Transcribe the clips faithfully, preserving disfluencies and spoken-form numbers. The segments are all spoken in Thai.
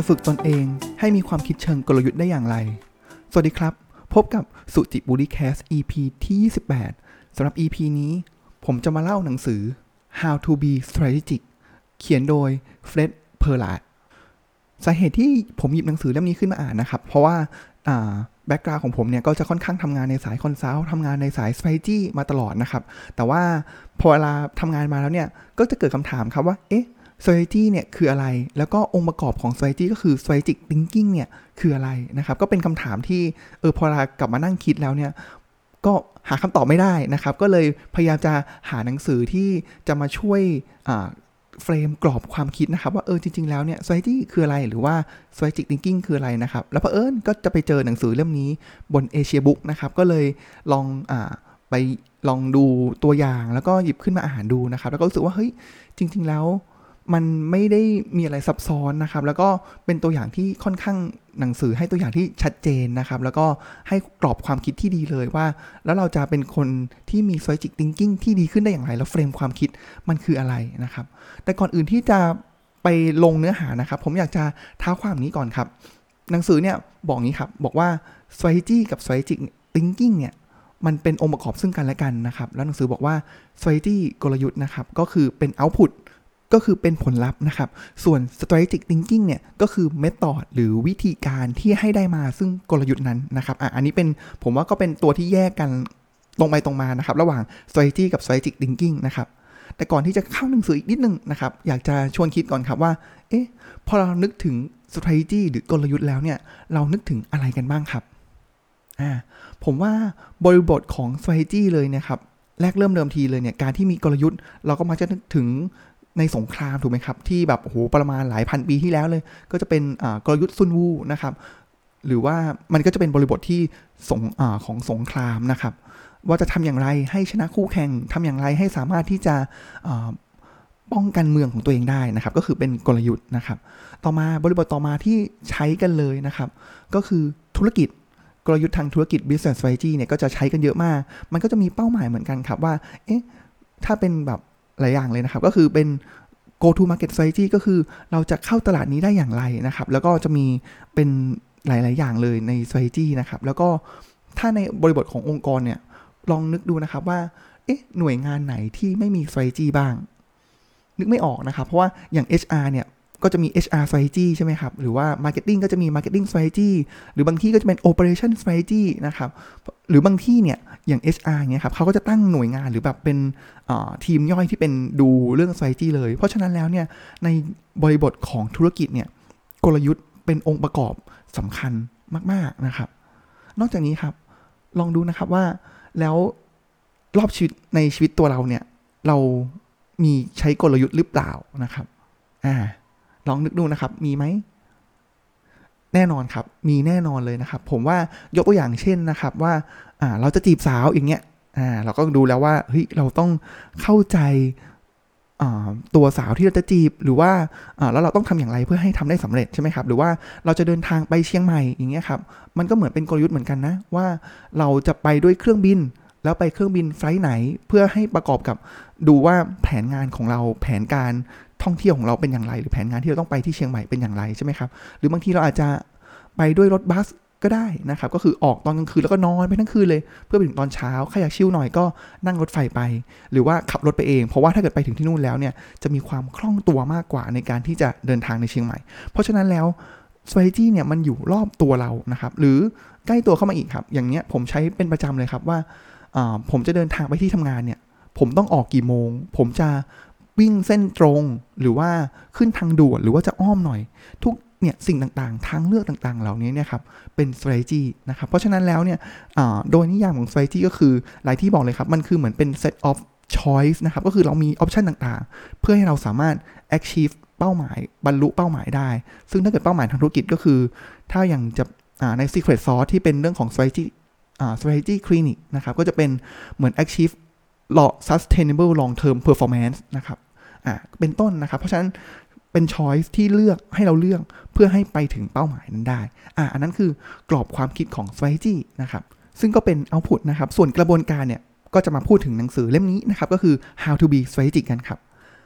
ฝึกตนเองให้มีความคิดเชิงกลยุทธ์ได้อย่างไรสวัสดีครับพบกับสุจิบูริแคส อี พี ที่ยี่สิบแปดสำหรับ อี พี นี้ผมจะมาเล่าหนังสือ How to be Strategic เขียนโดยเฟร็ด เพอร์ลาร์ดสาเหตุที่ผมหยิบหนังสือเล่มนี้ขึ้นมาอ่านนะครับเพราะว่าอ่าแบ็กกราวด์ของผมเนี่ยก็จะค่อนข้างทำงานในสายคอนซัลท์ทำงานในสาย strategy มาตลอดนะครับแต่ว่าพอเวลาทำงานมาแล้วเนี่ยก็จะเกิดคำถามครับว่าเอ๊ะ strategy เนี่ยคืออะไรแล้วก็องค์ประกอบของ strategy ก็คือ strategic thinking เนี่ยคืออะไรนะครับก็เป็นคำถามที่เออพอเรากลับมานั่งคิดแล้วเนี่ยก็หาคำตอบไม่ได้นะครับก็เลยพยายามจะหาหนังสือที่จะมาช่วยอ่าเฟรมกรอบความคิดนะครับว่าเออจริงๆแล้วเนี่ย strategy คืออะไรหรือว่า strategic thinking คืออะไรนะครับแล้วเผอิญก็จะไปเจอหนังสือเล่มนี้บน Asia Book นะครับก็เลยลองอ่าไปลองดูตัวอย่างแล้วก็หยิบขึ้นมาอ่านดูนะครับแล้วก็รู้สึกว่าเฮ้ยจริงๆแล้วมันไม่ได้มีอะไรซับซ้อนนะครับแล้วก็เป็นตัวอย่างที่ค่อนข้างหนังสือให้ตัวอย่างที่ชัดเจนนะครับแล้วก็ให้กรอบความคิดที่ดีเลยว่าแล้วเราจะเป็นคนที่มี strategic thinking ที่ดีขึ้นได้อย่างไรแล้วเฟรมความคิดมันคืออะไรนะครับแต่ก่อนอื่นที่จะไปลงเนื้อหานะครับผมอยากจะท้าความนี้ก่อนครับหนังสือเนี่ยบอกงี้ครับบอกว่า strategy กับ strategic thinking เนี่ยมันเป็นองค์ประกอบซึ่งกันและกันนะครับแล้วหนังสือบอกว่า strategy กลยุทธ์นะครับก็คือเป็น outputก็คือเป็นผลลัพธ์นะครับส่วน strategic thinking เนี่ยก็คือ method หรือวิธีการที่ให้ได้มาซึ่งกลยุทธ์นั้นนะครับอ่ะอันนี้เป็นผมว่าก็เป็นตัวที่แยกกันตรงไปตรงมานะครับระหว่าง strategy กับ strategic thinking นะครับแต่ก่อนที่จะเข้าหนังสืออีกนิดนึงนะครับอยากจะชวนคิดก่อนครับว่าเอ๊ะพอเรานึกถึง strategy หรือกลยุทธ์แล้วเนี่ยเรานึกถึงอะไรกันบ้างครับอ่าผมว่าบริบทของ strategy เลยนะครับแรกเริ่มเดิมทีเลยเนี่ยการที่มีกลยุทธ์เราก็มักจะนึกถึงในสงครามถูกไหมครับที่แบบโอ้โหประมาณหลายพันปีที่แล้วเลยก็จะเป็นกลยุทธ์ซุนวูนะครับหรือว่ามันก็จะเป็นบริบทที่สงอของสงครามนะครับว่าจะทำอย่างไรให้ชนะคู่แข่งทำอย่างไรให้สามารถที่จะป้องกันเมืองของตัวเองได้นะครับก็คือเป็นกลยุทธ์นะครับต่อมาบริบทต่อมาที่ใช้กันเลยนะครับก็คือธุรกิจกลยุทธ์ทางธุรกิจ business strategy เนี่ยก็จะใช้กันเยอะมากมันก็จะมีเป้าหมายเหมือนกันครับว่าเอ๊ะถ้าเป็นแบบหลายอย่างเลยนะครับก็คือเป็น go to market strategy ก็คือเราจะเข้าตลาดนี้ได้อย่างไรนะครับแล้วก็จะมีเป็นหลายๆอย่างเลยใน strategy นะครับแล้วก็ถ้าในบริบทขององค์กรเนี่ยลองนึกดูนะครับว่าเอ๊ะหน่วยงานไหนที่ไม่มี strategy บ้างนึกไม่ออกนะครับเพราะว่าอย่าง เอช อาร์ เนี่ยก็จะมี เอช อาร์ strategy ใช่ไหมครับหรือว่า marketing ก็จะมี marketing strategy หรือบางที่ก็จะเป็น operation strategy นะครับหรือบางที่เนี่ยอย่าง เอช อาร์ เงี้ยครับเขาก็จะตั้งหน่วยงานหรือแบบเป็นทีมย่อยที่เป็นดูเรื่อง strategy เลยเพราะฉะนั้นแล้วเนี่ยในบริบทของธุรกิจเนี่ยกลยุทธ์เป็นองค์ประกอบสำคัญมากๆนะครับนอกจากนี้ครับลองดูนะครับว่าแล้วรอบชีวิตในชีวิตตัวเราเนี่ยเรามีใช้กลยุทธ์หรือเปล่านะครับอ่าลองนึกดูนะครับมีไหมแน่นอนครับมีแน่นอนเลยนะครับผมว่ายกตัวอย่างเช่นนะครับว่าอ่าเราจะจีบสาวอย่างเงี้ยอ่าเราก็ดูแล้วว่าเฮ้ยเราต้องเข้าใจอ่าตัวสาวที่เราจะจีบหรือว่าอ่าแล้วเราต้องทำอย่างไรเพื่อให้ทำได้สำเร็จใช่ไหมครับหรือว่าเราจะเดินทางไปเชียงใหม่อย่างเงี้ยครับมันก็เหมือนเป็นกลยุทธ์เหมือนกันนะว่าเราจะไปด้วยเครื่องบินแล้วไปเครื่องบินไฟล์ไหนเพื่อให้ประกอบกับดูว่าแผนงานของเราแผนการท่องเที่ยวของเราเป็นอย่างไรหรือแผนงานที่เราต้องไปที่เชียงใหม่เป็นอย่างไรใช่ไหมครับหรือบางทีเราอาจจะไปด้วยรถบัสก็ได้นะครับก็คือออกตอนกลางคืนแล้วก็นอนไปทั้งคืนเลยเพื่อไปถึงตอนเช้าใครอยากชิลหน่อยก็นั่งรถไฟไปหรือว่าขับรถไปเองเพราะว่าถ้าเกิดไปถึงที่นู่นแล้วเนี่ยจะมีความคล่องตัวมากกว่าในการที่จะเดินทางในเชียงใหม่เพราะฉะนั้นแล้ว strategy เนี่ยมันอยู่รอบตัวเรานะครับหรือใกล้ตัวเข้ามาอีกครับอย่างเนี้ยผมใช้เป็นประจำเลยครับว่าผมจะเดินทางไปที่ทำงานเนี่ยผมต้องออกกี่โมงผมจะวิ่งเส้นตรงหรือว่าขึ้นทางด่วนหรือว่าจะอ้อมหน่อยทุกเนี่ยสิ่งต่างๆทางเลือกต่างๆเหล่านี้เนี่ยครับเป็น strategy นะครับเพราะฉะนั้นแล้วเนี่ยโดยนิยามของ strategy ก็คือหลายที่บอกเลยครับมันคือเหมือนเป็น set of choice นะครับก็คือเรามี option ต่างๆเพื่อให้เราสามารถ achieve เป้าหมายบรรลุเป้าหมายได้ซึ่งถ้าเกิดเป้าหมายทางธุรกิจก็คือถ้าอย่างจะใน secret sauce ที่เป็นเรื่องของ strategy strategy clinic นะครับก็จะเป็นเหมือน achieve sustainable long term performance นะครับอ่าเป็นต้นนะครับเพราะฉะนั้นเป็น choice ที่เลือกให้เราเลือกเพื่อให้ไปถึงเป้าหมายนั้นได้อ่าอันนั้นคือกรอบความคิดของ strategy นะครับซึ่งก็เป็น output นะครับส่วนกระบวนการเนี่ยก็จะมาพูดถึงหนังสือเล่มนี้นะครับก็คือ how to be strategic กันครับ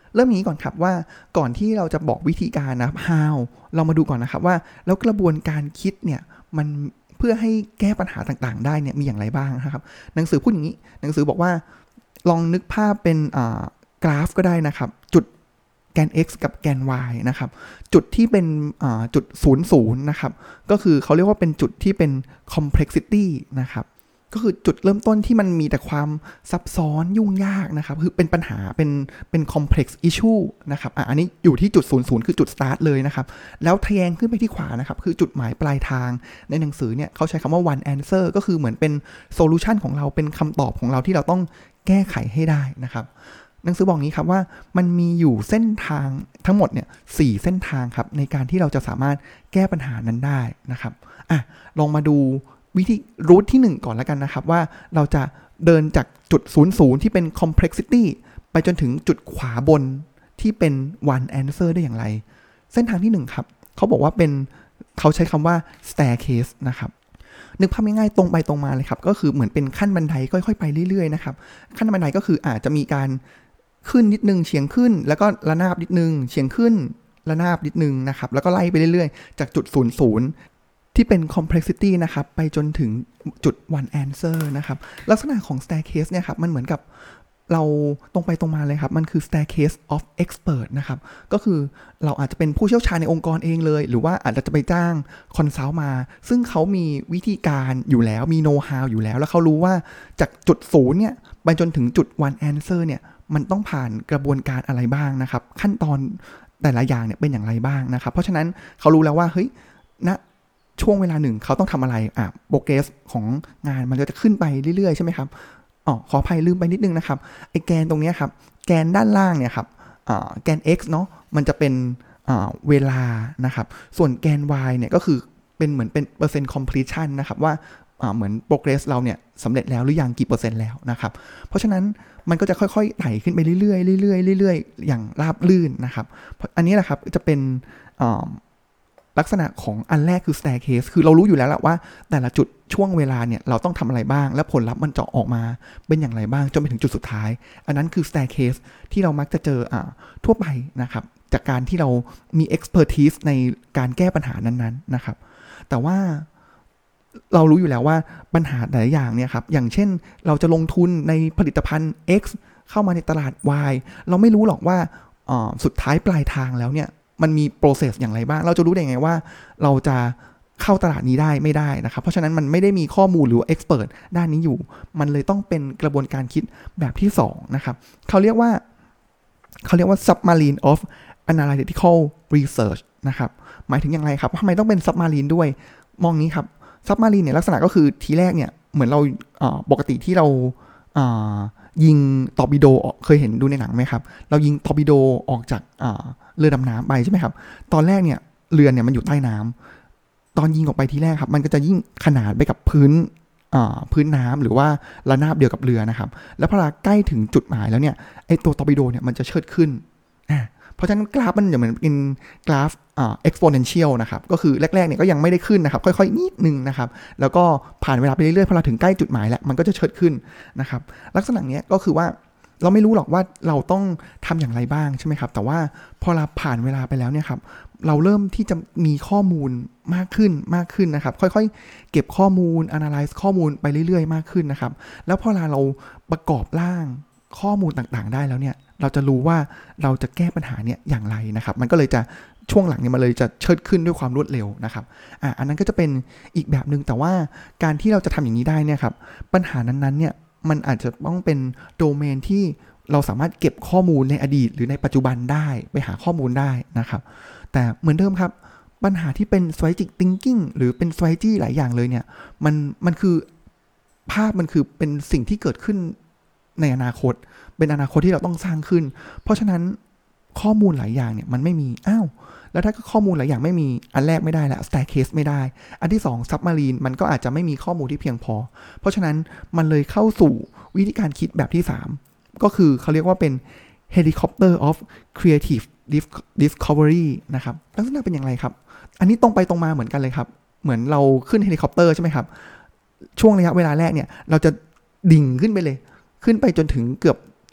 เริ่มนี้ก่อนครับว่าก่อนที่เราจะบอกวิธีการนะ how เรามาดูก่อนนะครับว่าแล้วกระบวนการคิดเนี่ยมันเพื่อให้แก้ปัญหาต่างๆได้เนี่ยมีอย่างไรบ้างนะครับหนังสือพูดอย่างนี้หนังสือบอกว่าลองนึกภาพเป็นกราฟก็ได้นะครับจุดแกน x กับแกน y นะครับจุดที่เป็นจุดศูนย์ ศูนย์นะครับก็คือเขาเรียกว่าเป็นจุดที่เป็น complexity นะครับก็คือจุดเริ่มต้นที่มันมีแต่ความซับซ้อนยุ่งยากนะครับคือเป็นปัญหาเป็นเป็น complex issue นะครับ อ, อันนี้อยู่ที่จุดศูนย์ ศูนย์คือจุด start เลยนะครับแล้วทะแยงขึ้นไปที่ขวานะครับคือจุดหมายปลายทางในหนังสือเนี่ยเขาใช้คำว่า one answer ก็คือเหมือนเป็น solution ของเราเป็นคำตอบของเราที่เราต้องแก้ไขให้ได้นะครับหนังสือบอกนี้ครับว่ามันมีอยู่เส้นทางทั้งหมดเนี่ยสี่เส้นทางครับในการที่เราจะสามารถแก้ปัญหานั้นได้นะครับอ่ะลองมาดูวิธีรูทที่หนึ่งก่อนแล้วกันนะครับว่าเราจะเดินจากจุดศูนย์ ศูนย์ที่เป็น complexity ไปจนถึงจุดขวาบนที่เป็น one answer ได้อย่างไรเส้นทางที่หนึ่งครับเขาบอกว่าเป็นเขาใช้คำว่า staircase นะครับนึกภาพง่ายๆตรงไปตรงมาเลยครับก็คือเหมือนเป็นขั้นบันไดค่อยๆไปเรื่อยๆนะครับขั้นบันไดก็คืออาจจะมีการขึ้นนิดนึงเฉียงขึ้นแล้วก็ระนาบนิดนึงเฉียงขึ้นระนาบนิดนึงนะครับแล้วก็ไล่ไปเรื่อยๆจากจุดศูนย์ ศูนย์ที่เป็น complexity นะครับไปจนถึงจุด one answer นะครับลักษณะของ staircase เนี่ยครับมันเหมือนกับเราตรงไปตรงมาเลยครับมันคือ staircase of expert นะครับก็คือเราอาจจะเป็นผู้เชี่ยวชาญในองค์กรเองเลยหรือว่าอาจจะไปจ้างคอนซัลท์มาซึ่งเขามีวิธีการอยู่แล้วมี know how อยู่แล้วแล้วเขารู้ว่าจากจุดศูนย์เนี่ยไปจนถึงจุด one answer เนี่ยมันต้องผ่านกระบวนการอะไรบ้างนะครับขั้นตอนแต่ละอย่างเนี่ยเป็นอย่างไรบ้างนะครับเพราะฉะนั้นเขารู้แล้วว่าเฮ้ยณช่วงเวลาหนึ่งเขาต้องทำอะไรอ่ะโปรเกรสของงานมันก็จะขึ้นไปเรื่อยๆใช่ไหมครับอ๋อขออภัยลืมไปนิดนึงนะครับไอ้แกนตรงนี้ครับแกนด้านล่างเนี่ยครับแกน x เนาะมันจะเป็นเวลานะครับส่วนแกน y เนี่ยก็คือเป็นเหมือนเป็นเปอร์เซ็นต์ completion นะครับว่าเหมือน progress เราเนี่ยสำเร็จแล้วหรือยังกี่เปอร์เซ็นต์แล้วนะครับเพราะฉะนั้นมันก็จะค่อยๆไต่ขึ้นไปเรื่อยๆเรื่อยๆเรื่อยๆอย่างราบลื่นนะครับอันนี้แหละครับจะเป็นลักษณะของอันแรกคือ staircase คือเรารู้อยู่แล้วแหละว่าแต่ละจุดช่วงเวลาเนี่ยเราต้องทำอะไรบ้างและผลลัพธ์มันจะออกมาเป็นอย่างไรบ้างจนไปถึงจุดสุดท้ายอันนั้นคือ staircase ที่เรามักจะเจออ่าทั่วไปนะครับจากการที่เรามี expertise ในการแก้ปัญหานั้นๆนะครับแต่ว่าเรารู้อยู่แล้วว่าปัญหาหลายอย่างเนี่ยครับอย่างเช่นเราจะลงทุนในผลิตภัณฑ์ X เข้ามาในตลาด Y เราไม่รู้หรอกว่าสุดท้ายปลายทางแล้วเนี่ยมันมี process อย่างไรบ้างเราจะรู้ได้ไงว่าเราจะเข้าตลาดนี้ได้ไม่ได้นะครับเพราะฉะนั้นมันไม่ได้มีข้อมูลหรือ expert ด้านนี้อยู่มันเลยต้องเป็นกระบวนการคิดแบบที่สองนะครับเขาเรียกว่าเขาเรียกว่า submarine of analytical research นะครับหมายถึงอย่างไรครับทำไมต้องเป็น submarine ด้วยมองนี้ครับ submarine เนี่ยลักษณะก็คือทีแรกเนี่ยเหมือนเราปกติที่เรายิงตอร์ปิโดเคยเห็นดูในหนังไหมครับเรายิงตอร์ปิโดออกจากเรือดำน้ำไปใช่ไหมครับตอนแรกเนี่ยเรือเนี่ยมันอยู่ใต้น้ำตอนยิงออกไปทีแรกครับมันก็จะยิ่งขนาดไปกับพื้นพื้นน้ำหรือว่าระนาบเดียวกับเรือนะครับแล้วพอใกล้ถึงจุดหมายแล้วเนี่ยไอตัวตอร์ปิโดเนี่ยมันจะเชิดขึ้นเพราะฉะนั้นกราฟมันจะเหมือนเป็นกราฟอ่า exponential นะครับก็คือแรกๆเนี่ยก็ยังไม่ได้ขึ้นนะครับค่อยๆนิดนึงนะครับแล้วก็ผ่านเวลาไปเรื่อยๆพอเราถึงใกล้จุดหมายแล้วมันก็จะเชิดขึ้นนะครับลักษณะนี้ก็คือว่าเราไม่รู้หรอกว่าเราต้องทำอย่างไรบ้างใช่ไหมครับแต่ว่าพอเราผ่านเวลาไปแล้วเนี่ยครับเราเริ่มที่จะมีข้อมูลมากขึ้นมากขึ้นนะครับค่อยๆเก็บข้อมูล analyze ข้อมูลไปเรื่อยๆมากขึ้นนะครับแล้วพอเราประกอบร่างข้อมูลต่างๆได้แล้วเนี่ยเราจะรู้ว่าเราจะแก้ปัญหาเนี่ยอย่างไรนะครับมันก็เลยจะช่วงหลังเนี่ยมันเลยจะเชิดขึ้นด้วยความรวดเร็วนะครับอ่ะอันนั้นก็จะเป็นอีกแบบนึงแต่ว่าการที่เราจะทำอย่างนี้ได้เนี่ยครับปัญหานั้นๆเนี่ยมันอาจจะต้องเป็นโดเมนที่เราสามารถเก็บข้อมูลในอดีตหรือในปัจจุบันได้ไปหาข้อมูลได้นะครับแต่เหมือนเดิมครับปัญหาที่เป็น strategic thinking หรือเป็น strategy หลายอย่างเลยเนี่ยมันมันคือภาพมันคือเป็นสิ่งที่เกิดขึ้นในอนาคตเป็นอนาคตที่เราต้องสร้างขึ้นเพราะฉะนั้นข้อมูลหลายอย่างเนี่ยมันไม่มีอ้าวแล้วถ้าข้อมูลหลายอย่างไม่มีอันแรกไม่ได้ละ staircase ไม่ได้อันที่สอง submarine มันก็อาจจะไม่มีข้อมูลที่เพียงพอเพราะฉะนั้นมันเลยเข้าสู่วิธีการคิดแบบที่สามก็คือเขาเรียกว่าเป็น helicopter of creative discovery นะครับลักษณะเป็นอย่างไรครับอันนี้ตรงไปตรงมาเหมือนกันเลยครับเหมือนเราขึ้นเฮลิคอปเตอร์ใช่ไหมครับช่วงระยะเวลาแรกเนี่ยเราจะดิ่งขึ้นไปเลยขึ้นไปจนถึงเกือบจุด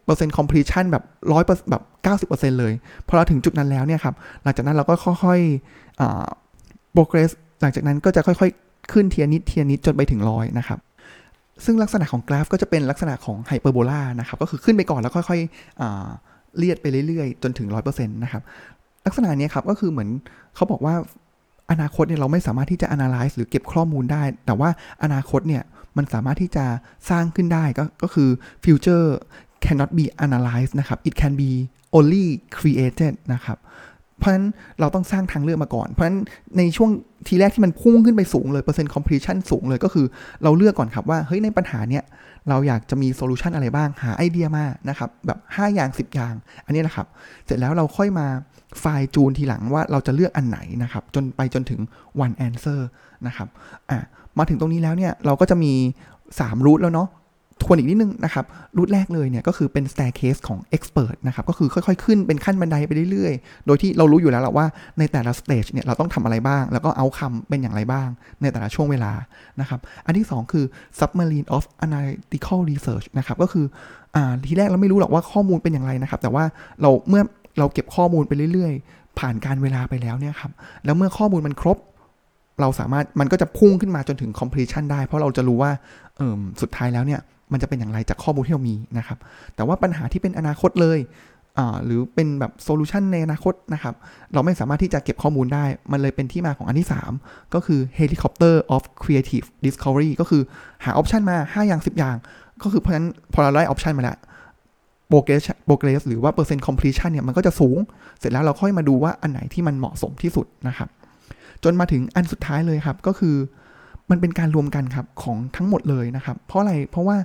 เปอร์เซ็นต์ completion แบบหนึ่งร้อยเปอร์เซ็นต์แบบ เก้าสิบเปอร์เซ็นต์ เลยพอเราถึงจุดนั้นแล้วเนี่ยครับหลังจากนั้นเราก็ค่อยๆอ่า progress หลังจากนั้นก็จะค่อยๆขึ้นเทียนิดเทียนิดจนไปถึงหนึ่งร้อยนะครับซึ่งลักษณะของกราฟก็จะเป็นลักษณะของไฮเปอร์โบลานะครับก็คือขึ้นไปก่อนแล้วค่อยๆอ่าเลียดไปเรื่อยๆจนถึง หนึ่งร้อยเปอร์เซ็นต์ นะครับลักษณะนี้ครับก็คือเหมือนเขาบอกว่าอนาคตเนี่ยเราไม่สามารถที่จะ analyze หรือเก็บข้อมูลได้แต่ว่าอนาคตเนี่ยมันสามารถที่จะสร้างขึ้นได้ก็ก็คือ future cannot be analyzed นะครับ it can be only created นะครับเพราะฉะนั้นเราต้องสร้างทางเลือกมาก่อนเพราะฉะนั้นในช่วงทีแรกที่มันพุ่งขึ้นไปสูงเลยเปอร์เซ็นต์ completion สูงเลยก็คือเราเลือกก่อนครับว่าเฮ้ยในปัญหาเนี้ยเราอยากจะมีโซลูชันอะไรบ้างหาไอเดียมานะครับแบบห้าอย่างสิบอย่างอันนี้นะครับเสร็จแล้วเราค่อยมาไฟล์จูนทีหลังว่าเราจะเลือกอันไหนนะครับจนไปจนถึง one answer นะครับอ่ะมาถึงตรงนี้แล้วเนี่ยเราก็จะมีสามรูทแล้วเนาะทวนอีกนิดนึงนะครับรูทแรกเลยเนี่ยก็คือเป็น staircase ของ expert นะครับก็คือค่อยๆขึ้นเป็นขั้นบันไดไปเรื่อยๆโดยที่เรารู้อยู่แล้วแหละว่าในแต่ละ stage เนี่ยเราต้องทำอะไรบ้างแล้วก็ outcome เป็นอย่างไรบ้างในแต่ละช่วงเวลานะครับอันที่สองคือ submarine of analytical research นะครับก็คืออ่าทีแรกเราไม่รู้หรอกว่าข้อมูลเป็นอย่างไรนะครับแต่ว่าเราเมื่อเราเก็บข้อมูลไปเรื่อยๆผ่านการเวลาไปแล้วเนี่ยครับแล้วเมื่อข้อมูลมันครบเราสามารถมันก็จะพุ่งขึ้นมาจนถึง completion ได้เพราะเราจะรู้ว่าเอ่อสุดท้ายแล้วเนี่ยมันจะเป็นอย่างไรจากข้อมูลที่เรามีนะครับแต่ว่าปัญหาที่เป็นอนาคตเลยอ่าหรือเป็นแบบโซลูชันในอนาคตนะครับเราไม่สามารถที่จะเก็บข้อมูลได้มันเลยเป็นที่มาของอันที่สามก็คือ helicopter of creative discovery ก็คือหาออปชันมาห้าอย่างสิบอย่างก็คือเพราะฉะนั้นพอเราได้ออปชันมาแล้ว progress progress หรือว่า percent completion เนี่ยมันก็จะสูงเสร็จแล้วเราค่อยมาดูว่าอันไหนที่มันเหมาะสมที่สุดนะครับจนมาถึงอันสุดท้ายเลยครับก็คือมันเป็นการรวมกันครับของทั้งหมดเลยนะครับเพราะอะไรเพราะว่า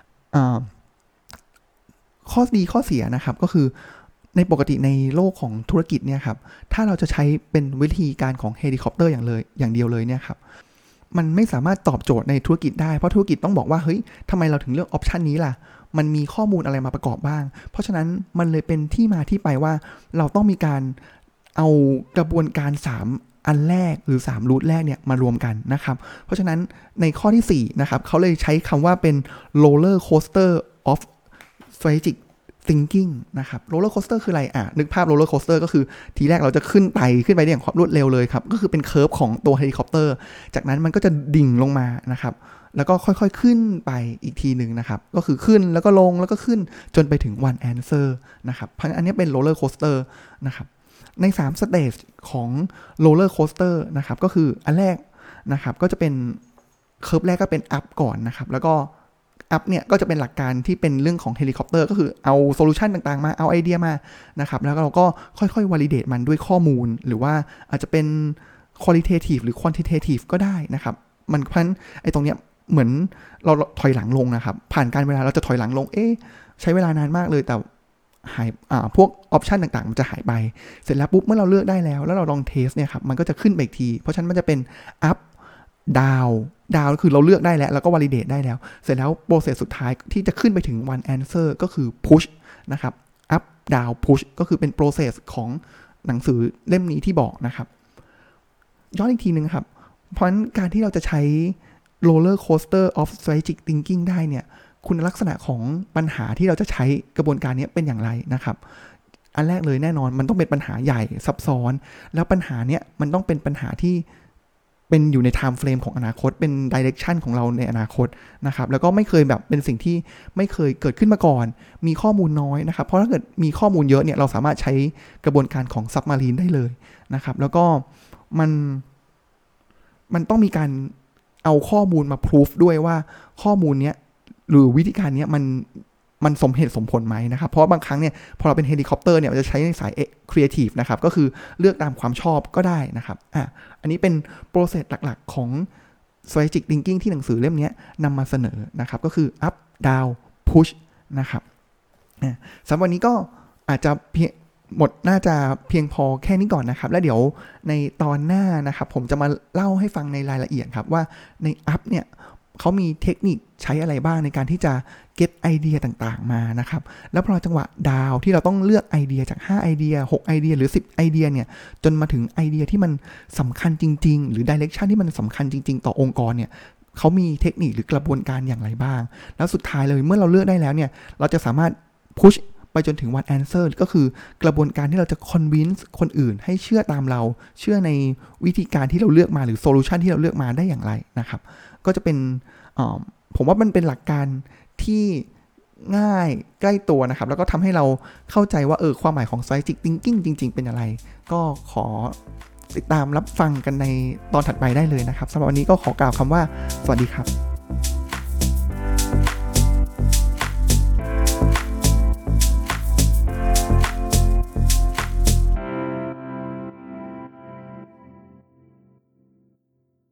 ข้อดีข้อเสียนะครับก็คือในปกติในโลกของธุรกิจเนี่ยครับถ้าเราจะใช้เป็นวิธีการของเฮลิคอปเตอร์อย่างเลยอย่างเดียวเลยเนี่ยครับมันไม่สามารถตอบโจทย์ในธุรกิจได้เพราะธุรกิจต้องบอกว่าเฮ้ยทำไมเราถึงเลือกออปชันนี้ล่ะมันมีข้อมูลอะไรมาประกอบบ้างเพราะฉะนั้นมันเลยเป็นที่มาที่ไปว่าเราต้องมีการเอากระบวนการสามอันแรกหรือสามรูทแรกเนี่ยมารวมกันนะครับเพราะฉะนั้นในข้อที่สี่นะครับเขาเลยใช้คำว่าเป็น roller coaster of strategic thinking นะครับ roller coaster คืออะไรอ่ะนึกภาพ roller coaster ก็คือทีแรกเราจะขึ้นไปขึ้นไปอย่างความรวดเร็วเลยครับก็คือเป็นเคอร์ฟของตัวเฮลิคอปเตอร์จากนั้นมันก็จะดิ่งลงมานะครับแล้วก็ค่อยๆขึ้นไปอีกทีหนึ่งนะครับก็คือขึ้นแล้วก็ลงแล้วก็ขึ้นจนไปถึง one answer นะครับเพราะอันนี้เป็น roller coaster นะครับในสามสเตจของ roller coaster นะครับก็คืออันแรกนะครับก็จะเป็นเคอร์ฟแรกก็เป็น up ก่อนนะครับแล้วก็up เนี่ยก็จะเป็นหลักการที่เป็นเรื่องของเฮลิคอปเตอร์ก็คือเอาโซลูชันต่างๆมาเอาไอเดียมานะครับแล้วเราก็ค่อยๆ validate มันด้วยข้อมูลหรือว่าอาจจะเป็น qualitative หรือ quantitative ก็ได้นะครับมันเพราะฉะนั้นไอ้ตรงเนี้ยเหมือนเราถอยหลังลงนะครับผ่านการเวลาเราจะถอยหลังลงเอ๊ะใช้เวลานานมากเลยแต่หายอ่าพวกออปชันต่างๆมันจะหายไปเสร็จแล้วปุ๊บเมื่อเราเลือกได้แล้วแล้วเราลองเทสเนี่ยครับมันก็จะขึ้นไปอีกทีเพราะฉะนั้นมันจะเป็น up down down คือเราเลือกได้แล้วแล้วก็ validate ได้แล้วเสร็จแล้วโปรเซสสุดท้ายที่จะขึ้นไปถึง one answer ก็คือ push นะครับ up down push ก็คือเป็นโปรเซสของหนังสือเล่มนี้ที่บอกนะครับย้อนอีกทีนึงครับเพราะฉะนั้นการที่เราจะใช้ roller coaster of strategic thinking ได้เนี่ยคุณลักษณะของปัญหาที่เราจะใช้กระบวนการนี้เป็นอย่างไรนะครับอันแรกเลยแน่นอนมันต้องเป็นปัญหาใหญ่ซับซ้อนแล้วปัญหาเนี้ยมันต้องเป็นปัญหาที่เป็นอยู่ใน time frame ของอนาคตเป็น direction ของเราในอนาคตนะครับแล้วก็ไม่เคยแบบเป็นสิ่งที่ไม่เคยเกิดขึ้นมาก่อนมีข้อมูลน้อยนะครับเพราะถ้าเกิดมีข้อมูลเยอะเนี่ยเราสามารถใช้กระบวนการของ submarine ได้เลยนะครับแล้วก็มันมันต้องมีการเอาข้อมูลมา proof ด้วยว่าข้อมูลเนี้ยหรือวิธีการนี้มันมันสมเหตุสมผลไหมนะครับเพราะบางครั้งเนี่ยพอเราเป็นเฮลิคอปเตอร์เนี่ยมันจะใช้ในสายครีเอทีฟนะครับก็คือเลือกตามความชอบก็ได้นะครับอ่ะอันนี้เป็นโปรเซสหลักๆของ strategic thinking ที่หนังสือเล่มนี้นำมาเสนอนะครับก็คือ up down push นะครับอ่ะสำหรับวันนี้ก็อาจจะหมดน่าจะเพียงพอแค่นี้ก่อนนะครับแล้วเดี๋ยวในตอนหน้านะครับผมจะมาเล่าให้ฟังในรายละเอียดครับว่าใน up เนี่ยเขามีเทคนิคใช้อะไรบ้างในการที่จะเก็บไอเดียต่างๆมานะครับแล้วพอจังหวะดาวที่เราต้องเลือกไอเดียจากห้าไอเดียหกไอเดียหรือสิบไอเดียเนี่ยจนมาถึงไอเดียที่มันสำคัญจริงๆหรือดิเรกชันที่มันสำคัญจริงๆต่อองค์กรเนี่ยเขามีเทคนิคหรือกระบวนการอย่างไรบ้างแล้วสุดท้ายเลยเมื่อเราเลือกได้แล้วเนี่ยเราจะสามารถ push ไปจนถึง one answer ก็คือกระบวนการที่เราจะ convince คนอื่นให้เชื่อตามเราเชื่อในวิธีการที่เราเลือกมาหรือ solution ที่เราเลือกมาได้อย่างไรนะครับก็จะเป็นผมว่ามันเป็นหลักการที่ง่ายใกล้ตัวนะครับแล้วก็ทำให้เราเข้าใจว่าเออความหมายของ strategic thinking จริงๆเป็นอะไรก็ขอติดตามรับฟังกันในตอนถัดไปได้เลยนะครับสำหรับวันนี้ก็ขอกล่าวคำว่าสวัสดีครับ